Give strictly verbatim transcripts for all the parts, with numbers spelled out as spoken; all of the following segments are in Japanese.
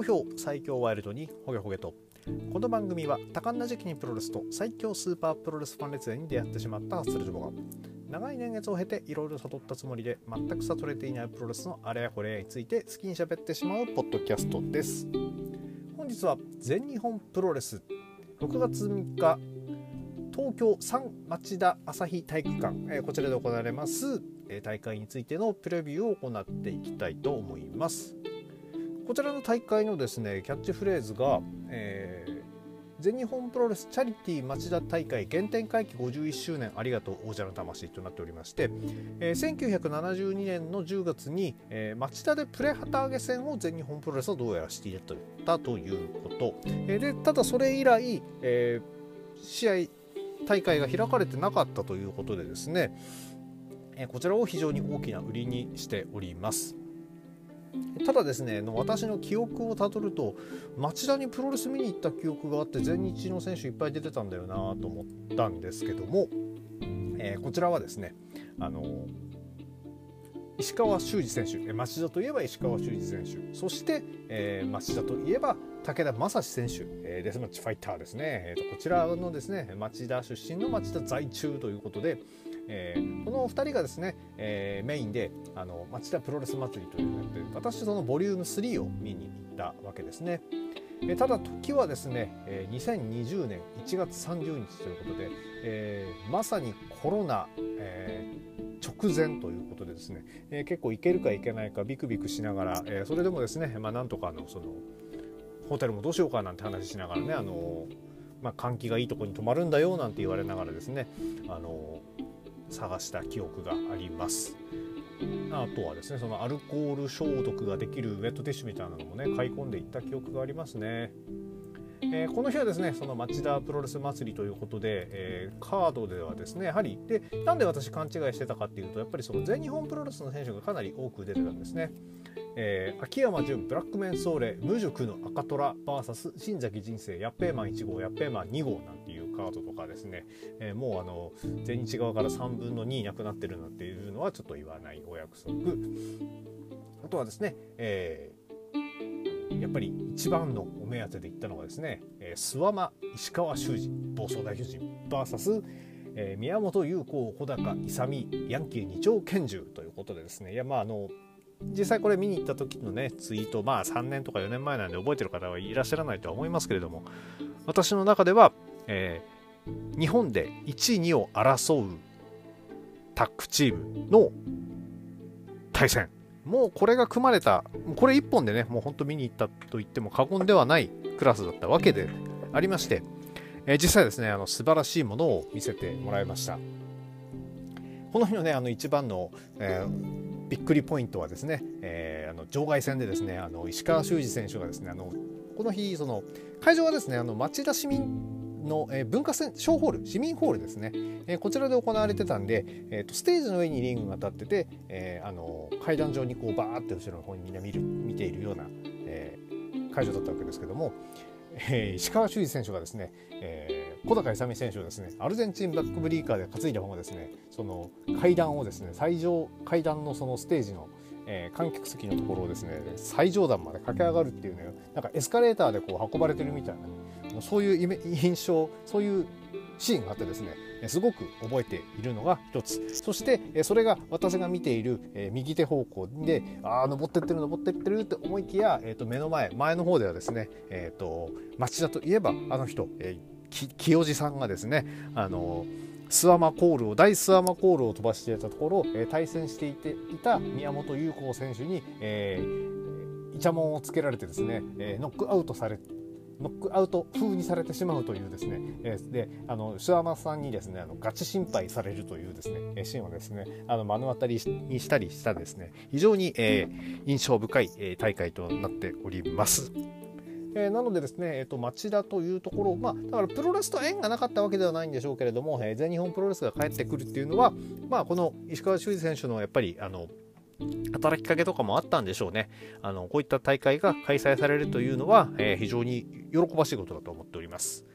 好評最強ワイルドにホゲホゲと。この番組は多感な時期にプロレスと最強スーパープロレスファン列伝に出会ってしまったハッスルジョボが長い年月を経ていろいろ悟ったつもりで全く悟れていないプロレスのあれやこれやについて好きに喋ってしまうポッドキャストです。本日は全日本プロレスろくがつみっか東京三町田朝日体育館、えー、こちらで行われます、えー、大会についてのプレビューを行っていきたいと思います。こちらの大会のですねキャッチフレーズが、えー、全日本プロレスチャリティー町田大会原点回帰ごじゅういっしゅうねんありがとう王者の魂となっておりまして、えー、せんきゅうひゃくななじゅうにねんのじゅうがつに、えー、町田でプレ旗揚げ戦を全日本プロレスはどうやらしていたということ、えー、でただそれ以来、えー、試合大会が開かれてなかったということでですね、えー、こちらを非常に大きな売りにしております。ただですねの私の記憶をたどると町田にプロレス見に行った記憶があって全日の選手いっぱい出てたんだよなと思ったんですけども、えー、こちらはですねあの石川修司選手、町田といえば石川修司選手、そして、えー、町田といえば武田正史選手、えー、デスマッチファイターですね、えーと、こちらのですね町田出身の町田在中ということで、えー、このふたりがですね、えー、メインであの町田プロレス祭りというのをやって私そのボリュームスリーを見に行ったわけですね。えー、ただ時はですね、えー、にせんにじゅうねんいちがつさんじゅうにちということで、えー、まさにコロナ、えー、直前ということでですね、えー、結構行けるか行けないかビクビクしながら、えー、それでもですね、まあ、なんとかのそのホテルもどうしようかなんて話しながらね、あのーまあ、換気がいいところに泊まるんだよなんて言われながらですね、あのー、探した記憶があります。あとはですねそのアルコール消毒ができるウェットティッシュみたいなのもね買い込んでいった記憶がありますね。えー、この日はですねその町田プロレス祭りということで、えー、カードではですねやはりでなんで私勘違いしてたかっていうとやっぱりその全日本プロレスの選手がかなり多く出てたんですね。えー、秋山純ブラックメンソーレ無塾の赤虎 ブイエス 新崎人生ヤッペーマンいち号ヤッペーマンに号なんていうカードとかですね、えー、もうあの全日側からさんぶんのにいなくなってるなんていうのはちょっと言わないお約束。あとはですね、えー、やっぱり一番のお目当てで行ったのがですね、えー、諏訪間石川修司暴走大巨人 ブイエス、えー、宮本優子小高勇ヤンキー二丁拳銃ということでですね、いやまああの実際これ見に行った時のねツイートまあさんねんとかよねんまえなんで覚えてる方はいらっしゃらないとは思いますけれども、私の中では、えー、日本でいちいにを争うタッグチームの対戦、もうこれが組まれたこれいっぽんでねもう本当見に行ったと言っても過言ではないクラスだったわけでありまして、えー、実際ですねあの素晴らしいものを見せてもらいました。この日のねあの一番の、えーびっくりポイントはですね、えー、あの場外戦でですねあの石川修司選手がですねあのこの日その会場はですねあの町田市民の、えー、文化セン小ホール市民ホールですね、えー、こちらで行われてたんで、えー、とステージの上にリングが立ってて、えー、あの階段上にこうバーって後ろの方にみんな見る見ているような、えー、会場だったわけですけども、えー、石川修司選手がですね、えー小高勇選手をですねアルゼンチンバックブリーカーで担いだ方がですねその階段をですね最上階段のそのステージの、えー、観客席のところをですね最上段まで駆け上がるっていうねなんかエスカレーターでこう運ばれてるみたいなそういうイメ印象そういうシーンがあってですねすごく覚えているのが一つ。そしてそれが私が見ている右手方向でああ登ってってる登ってってるって思いきや、えー、と目の前前の方ではですね、えー、と町田といえばあの人、えー清治さんがですねあのスワマコールを大スワマコールを飛ばしていたところ、えー、対戦していていた宮本優子選手に、えー、イチャモンをつけられてですね、えー、ノックアウトされノックアウト風にされてしまうというですね、えー、であのスワマさんにですねあのガチ心配されるというですねシーンをですねあの目の当たりにしたりしたですね非常に、えー、印象深い、えー、大会となっております。えー、なのでですね、えー、と町田というところ、まあ、だからプロレスと縁がなかったわけではないんでしょうけれども、えー、全日本プロレスが帰ってくるっていうのは、まあ、この石川修司選手のやっぱりあの働きかけとかもあったんでしょうね。あのこういった大会が開催されるというのは、えー、非常に喜ばしいことだと思っております。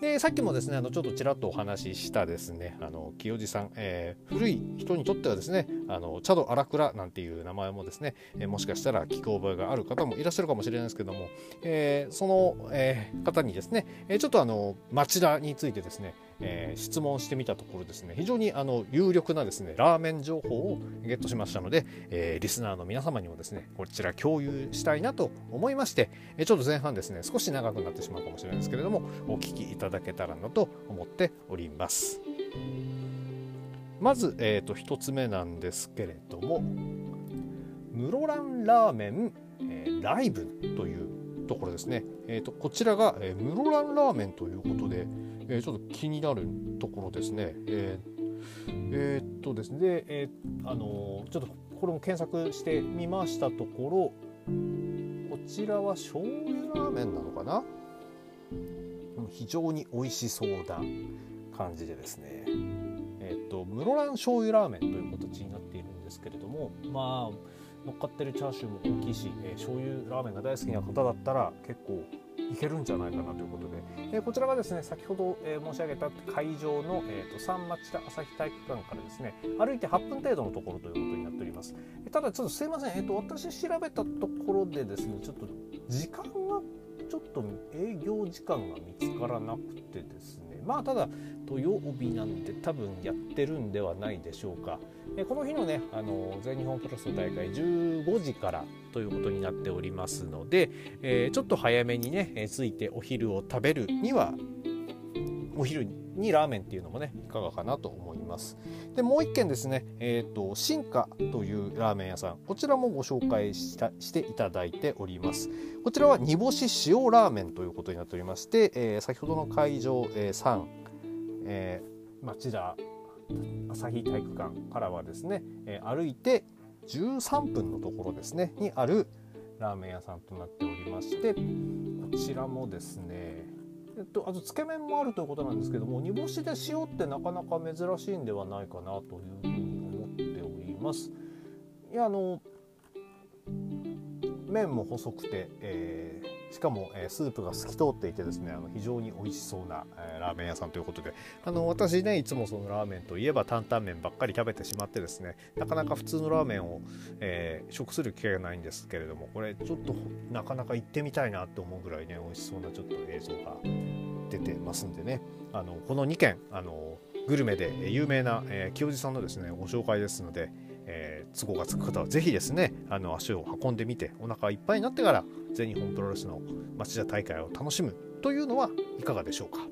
でさっきもですねあのちょっとちらっとお話ししたですねあの清治さん、えー、古い人にとってはですねあの茶道荒倉なんていう名前もですね、えー、もしかしたら聞く覚えがある方もいらっしゃるかもしれないですけども、えー、その、えー、方にですねちょっとあの町田についてですねえー、質問してみたところですね非常にあの有力なですねラーメン情報をゲットしましたので、えー、リスナーの皆様にもですねこちら共有したいなと思いまして、えー、ちょっと前半ですね少し長くなってしまうかもしれないですけれどもお聞きいただけたらなと思っております。まず、えー、とひとつめなんですけれども室蘭ラーメン、えー、ライブというところですね、えー、とこちらが、えー、室蘭ラーメンということでえー、ちょっと気になるところですね。えー、えー、っとですね、でえー、あのー、ちょっとこれも検索してみましたところ、こちらは醤油ラーメンなのかな？非常に美味しそうな感じでですね、えー、っと室蘭醤油ラーメンという形になっているんですけれども、まあ乗っかってるチャーシューも大きいし、えー、醤油ラーメンが大好きな方だったら結構いけるんじゃないかなということで、えー、こちらがですね先ほど、えー、申し上げた会場の、えー、と三町田朝日体育館からですね歩いてはっぷん程度のところということになっております。ただちょっとすいません、えー、と私調べたところでですねちょっと時間がちょっと営業時間が見つからなくてですね、まあただ土曜日なんで多分やってるんではないでしょうか。えこの日のねあの全日本プロレス大会じゅうごじからということになっておりますので、えー、ちょっと早めにね、えー、ついてお昼を食べるにはお昼にラーメンっていうのもねいかがかなと思います。でもう一軒ですね、えーと、進化というラーメン屋さん、こちらもご紹介したしていただいております。こちらは煮干し塩ラーメンということになっておりまして、えー、先ほどの会場、えー、さん、えー、町田朝日体育館からはですね、えー、歩いてじゅうさんぷんのところですねにあるラーメン屋さんとなっておりまして、こちらもですねえっと、あとつけ麺もあるということなんですけども、煮干しで塩ってなかなか珍しいんではないかなというふうに思っております。いやあの麺も細くて、えー、しかも、えー、スープが透き通っていてですねあの非常に美味しそうな、えー、ラーメン屋さんということで、あの私ねいつもそのラーメンといえば担々麺ばっかり食べてしまってですねなかなか普通のラーメンを、えー、食する機会がないんですけれども、これちょっとなかなか行ってみたいなと思うぐらいね美味しそうなちょっと映像が出てますんでね、あのこのにけんあのグルメで有名な、えー、清治さんのですねご紹介ですので、えー、都合がつく方はぜひですねあの足を運んでみてお腹いっぱいになってから全日本プロレスの町田大会を楽しむというのはいかがでしょうか。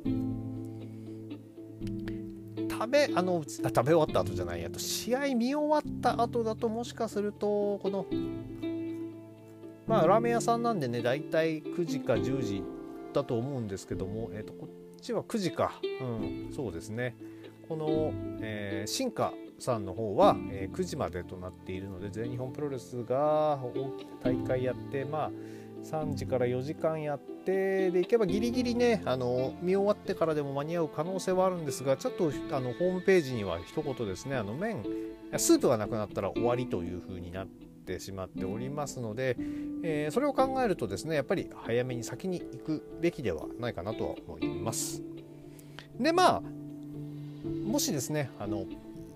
食べあの食べ終わった後じゃないやと試合見終わった後だともしかするとこのまあラーメン屋さんなんでねだいたいくじかじゅうじだと思うんですけども、えー、とこっちはくじか、うん、そうですねこの、えー、進化さんの方は、えー、くじまでとなっているので全日本プロレスが大きな大会やってまあさんじからよじかんやってでいけばギリギリねあの見終わってからでも間に合う可能性はあるんですが、ちょっとあのホームページには一言ですねあの麺スープがなくなったら終わりという風になってしまっておりますので、えー、それを考えるとですねやっぱり早めに先に行くべきではないかなとは思います。でまあもしですねあの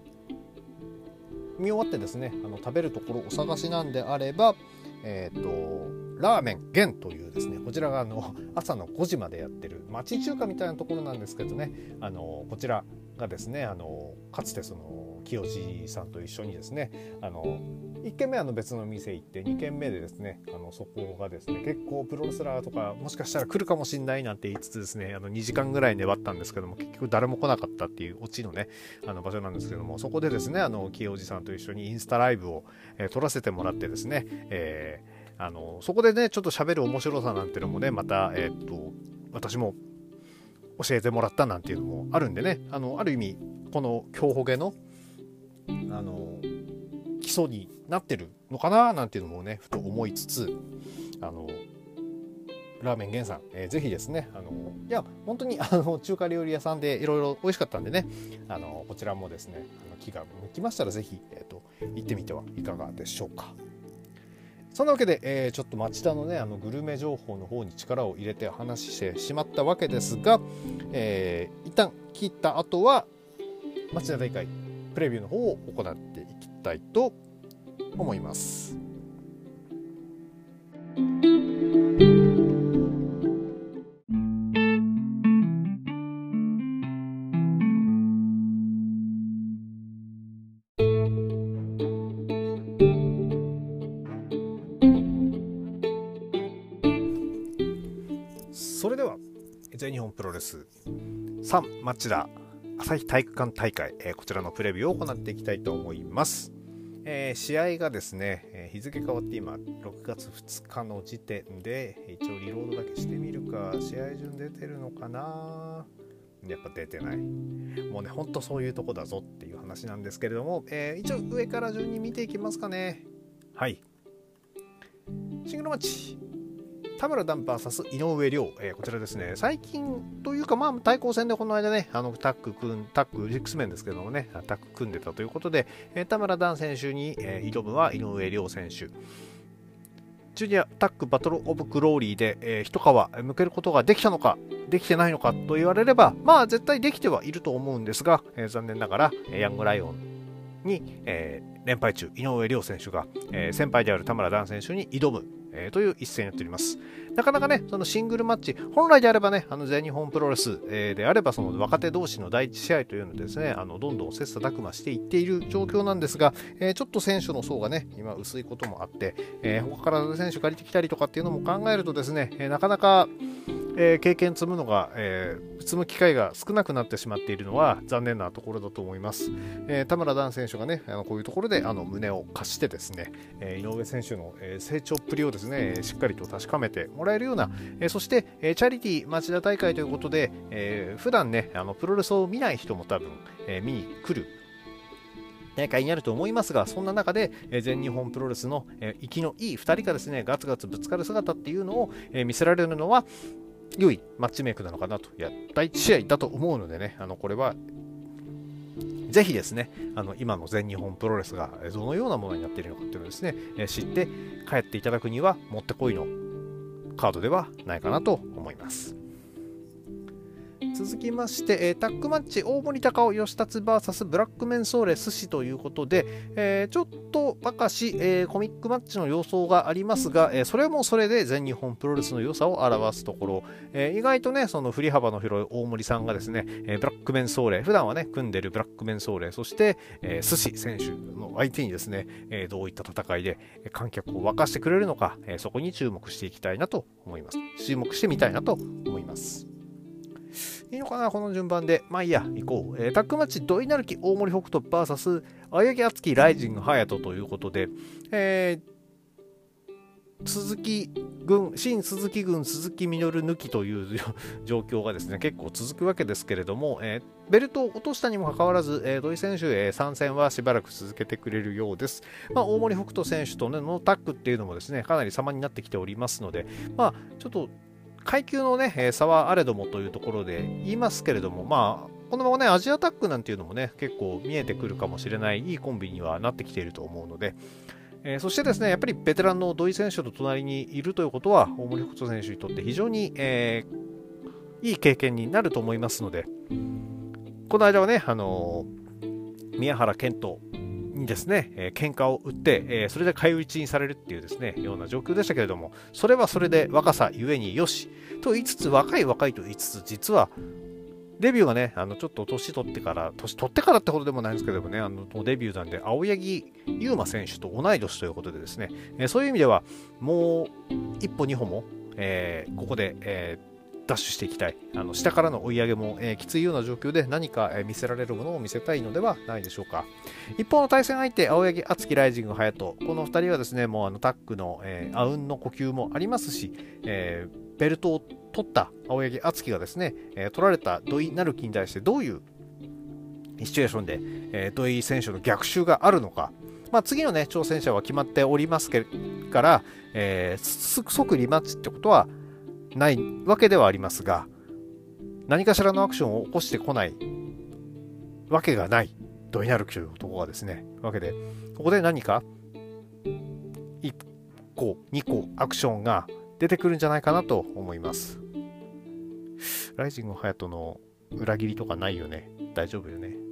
見終わってですねあの食べるところお探しなんであれば、えーとラーメン源というですねこちらがあの朝のごじまでやってる町中華みたいなところなんですけどね、あのこちらがですねあのかつてその清治さんと一緒にですねあのいっけんめはあの別の店行ってにけんめでですねあのそこがですね結構プロレスラーとかもしかしたら来るかもしれないなんて言いつつですねあのにじかんぐらい粘ったんですけども結局誰も来なかったっていうオチのねあの場所なんですけども、そこでですねあの清治さんと一緒にインスタライブを、えー、撮らせてもらってですね、えーあのそこでねちょっと喋る面白さなんていうのもねまた、えー、っと私も教えてもらったなんていうのもあるんでね、あのある意味この京ホゲのあの基礎になってるのかななんていうのもねふと思いつつ、あのラーメン源さん、えー、ぜひですねあのいや本当にあの中華料理屋さんでいろいろ美味しかったんでね、あのこちらもですねあの気が向きましたらぜひ、えー、と行ってみてはいかがでしょうか。 そんなわけで、えー、ちょっと町田のねあのグルメ情報の方に力を入れて話してしまったわけですが、えー、一旦切った後は町田大会プレビューの方を行っていきたいと思います。それでは全日本プロレスさん町田朝日体育館大会、えー、こちらのプレビューを行っていきたいと思います。えー、試合がですね、えー、日付変わって今ろくがつふつかの時点で一応リロードだけしてみるか。試合順出てるのかな。やっぱ出てない。もうねほんとそういうとこだぞっていう話なんですけれども、えー、一応上から順に見ていきますかね。はい、シングルマッチ田村段 ブイエス 井上涼、えー、こちらですね、最近というか、まあ、対抗戦でこの間ね、あのタッグ組ん、タッグ、X メンですけどもね、タッグ組んでたということで、えー、田村段選手に、えー、挑むは井上涼選手。ジュニアタッグバトルオブグローリーで、えー、一皮向けることができたのか、できてないのかと言われれば、まあ、絶対できてはいると思うんですが、えー、残念ながら、ヤングライオンに、えー、連敗中、井上涼選手が、えー、先輩である田村段選手に挑む。えー、という一戦やっております。なかなかね、そのシングルマッチ、本来であればね、あの全日本プロレス、えー、であれば、その若手同士の第一試合というのですね、あのどんどん切磋琢磨していっている状況なんですが、えー、ちょっと選手の層がね、今薄いこともあって、えー、他から選手借りてきたりとかっていうのも考えるとですね、えー、なかなか、えー、経験積むのが、えー、積む機会が少なくなってしまっているのは残念なところだと思います。えー、田村段選手がね、あのこういうところであの胸を貸してですね、えー、井上選手の、えー、成長っぷりをですね、しっかりと確かめてもらえるような、えー、そして、えー、チャリティー町田大会ということで、えー、普段ね、あのプロレスを見ない人も多分、えー、見に来る大会になると思いますが、そんな中で、えー、全日本プロレスの、えー、息のいいふたりがですね、ガツガツぶつかる姿っていうのを、えー、見せられるのは良いマッチメイクなのかなと。いや、第一試合だと思うのでね、あのこれはぜひですね、あの今の全日本プロレスがどのようなものになっているのかっていうのをですね、え知って帰っていただくにはもってこいのカードではないかなと思います。続きまして、えー、タッグマッチ大森高尾吉達 ブイエス ブラックメンソーレ寿司ということで、えー、ちょっとばかし、えー、コミックマッチの様相がありますが、えー、それもそれで全日本プロレスの良さを表すところ、えー、意外とねその振り幅の広い大森さんがですね、えー、ブラックメンソーレ普段はね組んでるブラックメンソーレ、そして、えー、寿司選手の相手にですね、えー、どういった戦いで観客を沸かしてくれるのか、えー、そこに注目していきたいなと思います。注目してみたいなと思います。いいのかなこの順番で。まあいいや、行こう。えー、タッグマッチ、土井成樹、大森北斗 ブイエス 青柳敦樹、ライジング、隼人ということで、えー、鈴木軍、新鈴木軍、鈴木みのる抜きという状況がですね、結構続くわけですけれども、えー、ベルトを落としたにもかかわらず、えー、土井選手、えー、参戦はしばらく続けてくれるようです。まあ、大森北斗選手とのタッグっていうのもですね、かなり様になってきておりますので、まあ、ちょっと、階級のね、差はあれどもというところで言いますけれども、まあ、このままね、アジアタックなんていうのもね、結構見えてくるかもしれないいいコンビにはなってきていると思うので、えー、そしてですね、やっぱりベテランの土井選手と隣にいるということは、大森北斗選手にとって非常に、えー、いい経験になると思いますので、この間はね、あのー、宮原健人にですね、えー、喧嘩を打って、えー、それで返り討ちにされるっていうですね、ような状況でしたけれども、それはそれで若さゆえによしと言いつつ、若い若いと言いつつ、実はデビューがね、あのちょっと年取ってから、年取ってからってほどでもないんですけどもね、あのデビューなんで、青柳優馬選手と同い年ということでですね、えー、そういう意味では、もう一歩二歩も、えー、ここで、えーダッシュしていきたい。あの下からの追い上げも、えー、きついような状況で何か、えー、見せられるものを見せたいのではないでしょうか。一方の対戦相手、青柳敦樹、ライジング、隼人。このふたりはですね、もうあのタッグの、えー、あうんの呼吸もありますし、えー、ベルトを取った青柳敦樹がですね、えー、取られた土井成樹に対してどういうシチュエーションで、えー、土井選手の逆襲があるのか。まあ、次のね、挑戦者は決まっておりますけから、えー、即リマッチってことは、ないわけではありますが、何かしらのアクションを起こしてこないわけがない土井成樹という男がですね、わけで、ここで何か個にこアクションが出てくるんじゃないかなと思います。ライジングハヤトの裏切りとかないよね。大丈夫よね。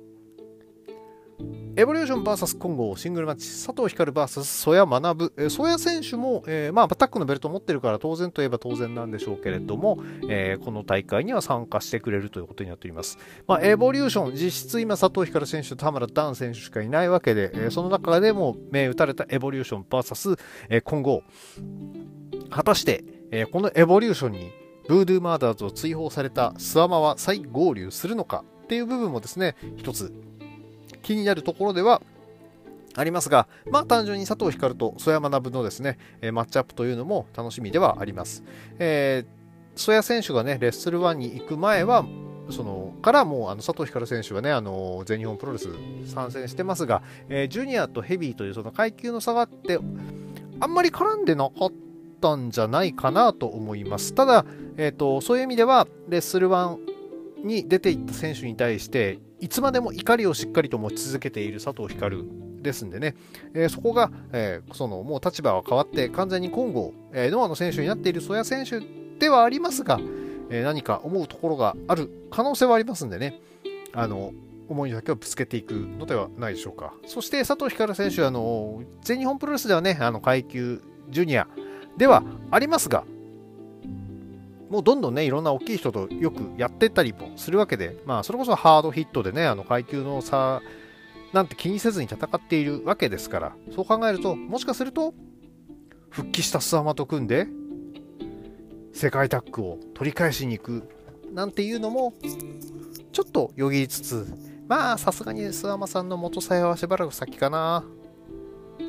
エボリューション ブイエス 混合シングルマッチ、佐藤光 ブイエス 曽谷学。えー、曽谷選手も、えーまあ、タックのベルトを持ってるから当然といえば当然なんでしょうけれども、えー、この大会には参加してくれるということになっております。まあ、エボリューション、実質今佐藤光選手と田村ダン選手しかいないわけで、えー、その中でも銘打たれたエボリューション ブイエス、えー、混合。果たして、えー、このエボリューションにブードゥーマーダーズを追放されたスワマは再合流するのかっていう部分もですね、一つ気になるところではありますが、まあ単純に佐藤光と曽谷学のですね、マッチアップというのも楽しみではあります。えー、曽谷選手がね、レッスルワンに行く前は、そのからもうあの佐藤光選手はね、あの全日本プロレス参戦してますが、えー、ジュニアとヘビーというその階級の差があって、あんまり絡んでなかったんじゃないかなと思います。ただ、えーと、そういう意味では、レッスルワンに出ていった選手に対して、いつまでも怒りをしっかりと持ち続けている佐藤光ですんでね、えー、そこが、えー、そのもう立場は変わって完全に混合、えー、ノアの選手になっている曽谷選手ではありますが、えー、何か思うところがある可能性はありますんでね、あの思いだけをぶつけていくのではないでしょうか。そして佐藤光選手、あの全日本プロレスではね、あの階級ジュニアではありますが、もうどんどんね、いろんな大きい人とよくやってったりもするわけで、まあ、それこそハードヒットでね、あの階級の差なんて気にせずに戦っているわけですから、そう考えると、もしかすると、復帰したスワマと組んで、世界タッグを取り返しに行く、なんていうのも、ちょっとよぎりつつ、まあ、さすがにスワマさんの元さやはしばらく先かな。うん。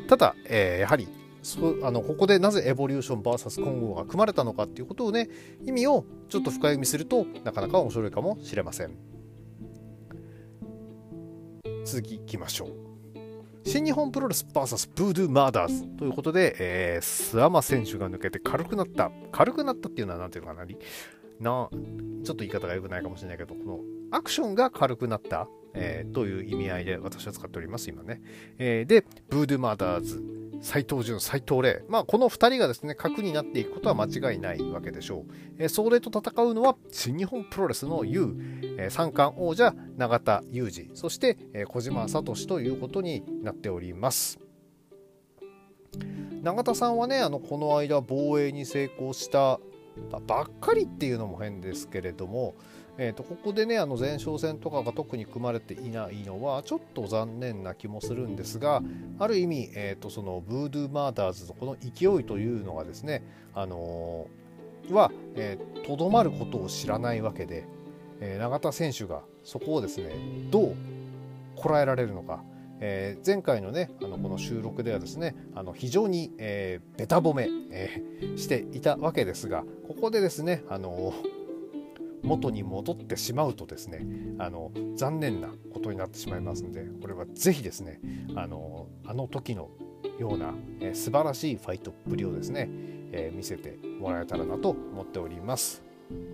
ただ、えー、やはり、そあのここでなぜエボリューション ブイエス 混合が組まれたのかっていうことをね、意味をちょっと深読みするとなかなか面白いかもしれません。続きいきましょう。新日本プロレス ブイエス ブードゥーマーダーズということで、えー、スアマ選手が抜けて軽くなった軽くなったっていうのはなんていうのかな、なちょっと言い方が良くないかもしれないけど、このアクションが軽くなった、えー、という意味合いで私は使っております今ね、えー、でブードゥーマーダーズ斉藤潤、斉藤麗、まあ、このふたりがですね、核になっていくことは間違いないわけでしょう。えー、それと戦うのは新日本プロレスの U、えー、三冠王者永田裕二、そして、えー、小島聡ということになっております。永田さんはね、あのこの間防衛に成功したばっかりっていうのも変ですけれども、えー、とここでね、あの前哨戦とかが特に組まれていないのはちょっと残念な気もするんですが、ある意味、えー、とそのブードゥーマーダーズのこの勢いというのがですね、あのー、はとど、えー、まることを知らないわけで、えー、永田選手がそこをですね、どうこらえられるのか。えー、前回のね、あのこの収録ではですね、あの非常に、えー、ベタ褒め、えー、していたわけですが、ここでですね、あの元に戻ってしまうとですね、あの残念なことになってしまいますので、これはぜひですね、あのあの時のような、えー、素晴らしいファイトっぷりをですね、えー、見せてもらえたらなと思っております。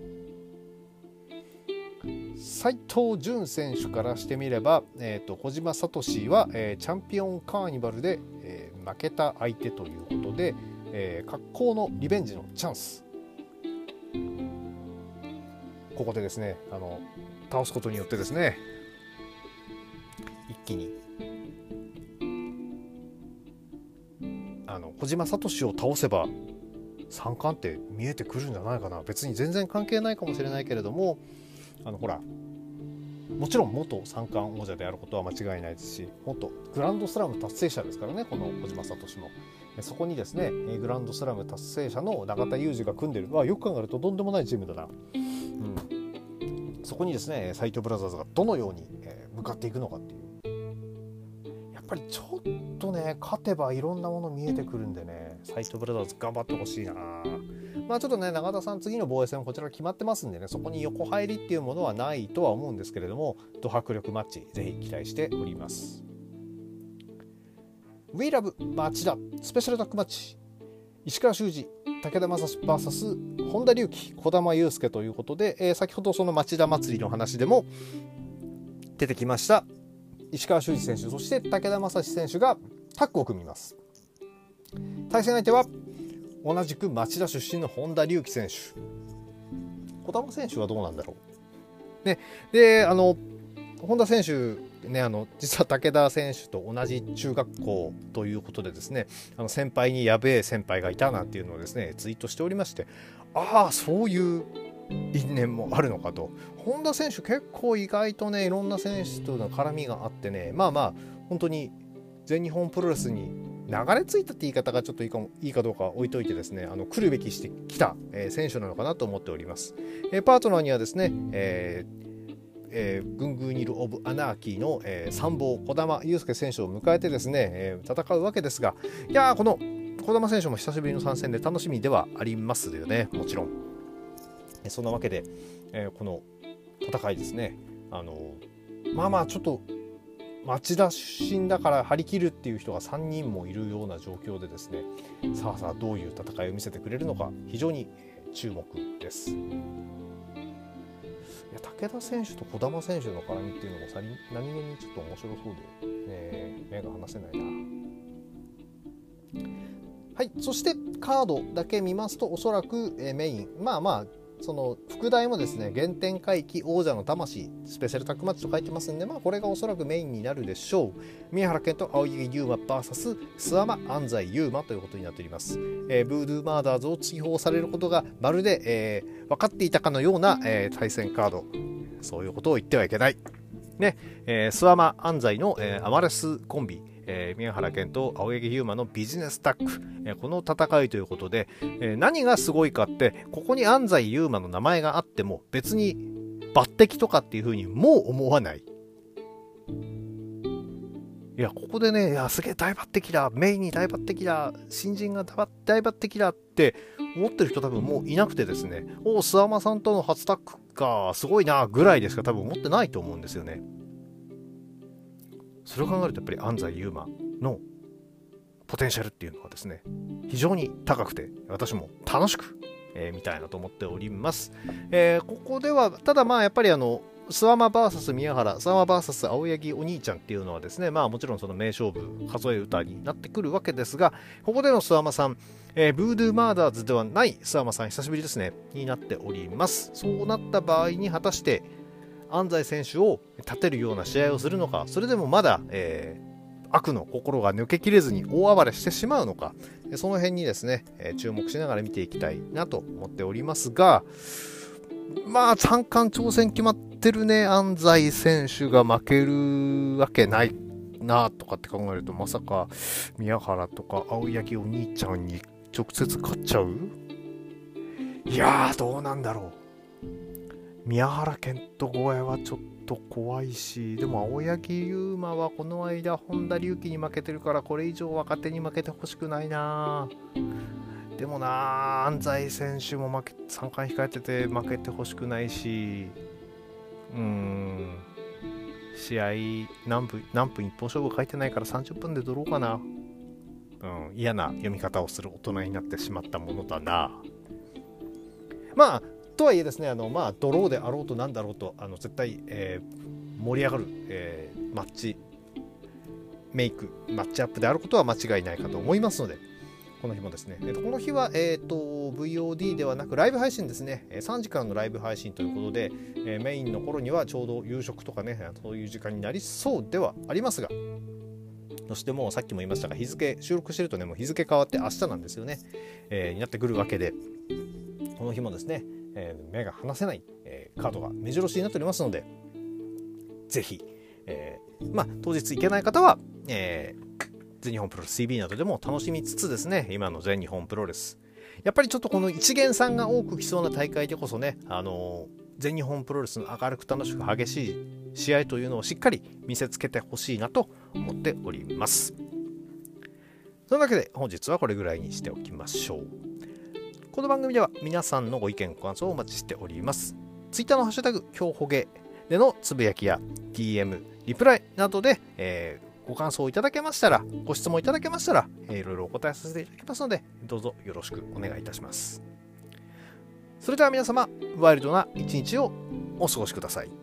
斉藤潤選手からしてみれば、えー、と小島聡は、えー、チャンピオンカーニバルで、えー、負けた相手ということで、えー、格好のリベンジのチャンス、ここでですね、あの倒すことによってですね、一気にあの小島聡を倒せば三冠って見えてくるんじゃないかな。別に全然関係ないかもしれないけれども、あのほら、もちろん元三冠王者であることは間違いないですし、元グランドスラム達成者ですからね、この小島聡も。そこにですね、グランドスラム達成者の永田裕二が組んでる、わ、よく考えるととんでもないチームだな、うん、そこにですね、斉藤ブラザーズがどのように向かっていくのかっていう、やっぱりちょっとね、勝てばいろんなもの見えてくるんでね、斉藤ブラザーズ頑張ってほしいな。まあちょっとね、永田さん次の防衛戦こちら決まってますんでね、そこに横入りっていうものはないとは思うんですけれども、ド迫力マッチぜひ期待しております。 We Love 町田スペシャルタッグマッチ、石川修司武田正史 ブイエス 本田隆起児玉悠介ということで、えー、先ほどその町田祭りの話でも出てきました石川修司選手、そして武田正史選手がタッグを組みます。対戦相手は同じく町田出身の本田隆起選手。児玉選手はどうなんだろう。ね、であの本田選手ね、あの実は武田選手と同じ中学校ということでですね、あの先輩にやべえ先輩がいたなんていうのをですねツイートしておりまして、ああそういう因縁もあるのかと。本田選手結構意外とねいろんな選手との絡みがあってね、まあまあ本当に全日本プロレスに流れ着いたって言い方がちょっといいかもいいかどうか置いといてですね、あの来るべきしてきた、えー、選手なのかなと思っております。えー、パートナーにはですね、えーえー、グングーニル・オブ・アナーキーの、えー、参謀児玉悠介選手を迎えてですね、えー、戦うわけですが、いやーこの児玉選手も久しぶりの参戦で楽しみではありますよね、もちろん。えー、そんなわけで、えー、この戦いですね、あのー、まあまあちょっと町田出身だから張り切るっていう人がさんにんもいるような状況でですね、さあさあどういう戦いを見せてくれるのか非常に注目です。いや武田選手と児玉選手の絡みっていうのもさ何気にちょっと面白そうで、ね、目が離せないな。はい、そしてカードだけ見ますとおそらくメイン、まあまあその副題もですね、原点回帰王者の魂スペシャルタッグマッチと書いてますんで、まあこれがおそらくメインになるでしょう。宮原健と青柳優馬 ブイエス 諏訪間安西優馬ということになっております。えー、ブードゥーマーダーズを追放されることがまるで、えー、分かっていたかのような、えー、対戦カード、そういうことを言ってはいけないね。えー、諏訪間安西の、えー、アマレスコンビ、えー、宮原健と青柳優馬のビジネスタッグ、えー、この戦いということで、えー、何がすごいかってここに安西優馬の名前があっても別に抜擢とかっていう風にもう思わない。いやここでね、いやすげえ大抜擢だ、メインに大抜擢だ、新人が大抜擢だって思ってる人多分もういなくてですね、おお諏訪間さんとの初タッグかすごいなぐらいでしか多分思ってないと思うんですよね。それを考えるとやっぱり安西優馬のポテンシャルっていうのはですね非常に高くて、私も楽しく、えー、見たいなと思っております。えー、ここではただまあやっぱりあの諏訪間 ブイエス 宮原、諏訪間 ブイエス 青柳お兄ちゃんっていうのはですね、まあもちろんその名勝負数え歌になってくるわけですが、ここでの諏訪間さん、えー、ブードゥーマーダーズではない諏訪間さん久しぶりですねになっております。そうなった場合に果たして安西選手を立てるような試合をするのか、それでもまだ、えー、悪の心が抜けきれずに大暴れしてしまうのか、その辺にですね、えー、注目しながら見ていきたいなと思っておりますが、まあ三冠挑戦決まってるね。安西選手が負けるわけないなとかって考えると、まさか宮原とか青柳お兄ちゃんに直接勝っちゃう？いやーどうなんだろう。宮原健人超えはちょっと怖いし、でも青柳優馬はこの間本田隆起に負けてるから、これ以上若手に負けてほしくないな。でもな、安西選手も負けさんかい控えてて負けてほしくないし、うーん試合何分何分一本勝負書いてないからさんじゅっぷんで取ろうかな。うん、嫌な読み方をする大人になってしまったものだな。まあとはいえですね、あのまあドローであろうとなんだろうと、あの絶対、えー、盛り上がる、えー、マッチメイクマッチアップであることは間違いないかと思いますので、この日もですね、えー、とこの日は、えー、と ブイオーディー ではなくライブ配信ですね。さんじからのライブ配信ということで、えー、メインの頃にはちょうど夕食とかね、そういう時間になりそうではありますが、そしてもうさっきも言いましたが、日付収録してるとね、もう日付変わって明日なんですよね、えー、になってくるわけで、この日もですね、えー、目が離せない、えー、カードが目白押しになっておりますので、ぜひ、えー、まあ当日行けない方は、えー、全日本プロレス シービー などでも楽しみつつですね、今の全日本プロレス、やっぱりちょっとこの一元さんが多く来そうな大会でこそね、あのー、全日本プロレスの明るく楽しく激しい試合というのをしっかり見せつけてほしいなと思っております。というわけで本日はこれぐらいにしておきましょう。この番組では皆さんのご意見ご感想をお待ちしております。ツイッターのハッシュタグ今日ほげでのつぶやきや ディーエム リプライなどで、えー、ご感想をいただけましたら、ご質問いただけましたら、えー、いろいろお答えさせていただきますので、どうぞよろしくお願いいたします。それでは皆様、ワイルドな一日をお過ごしください。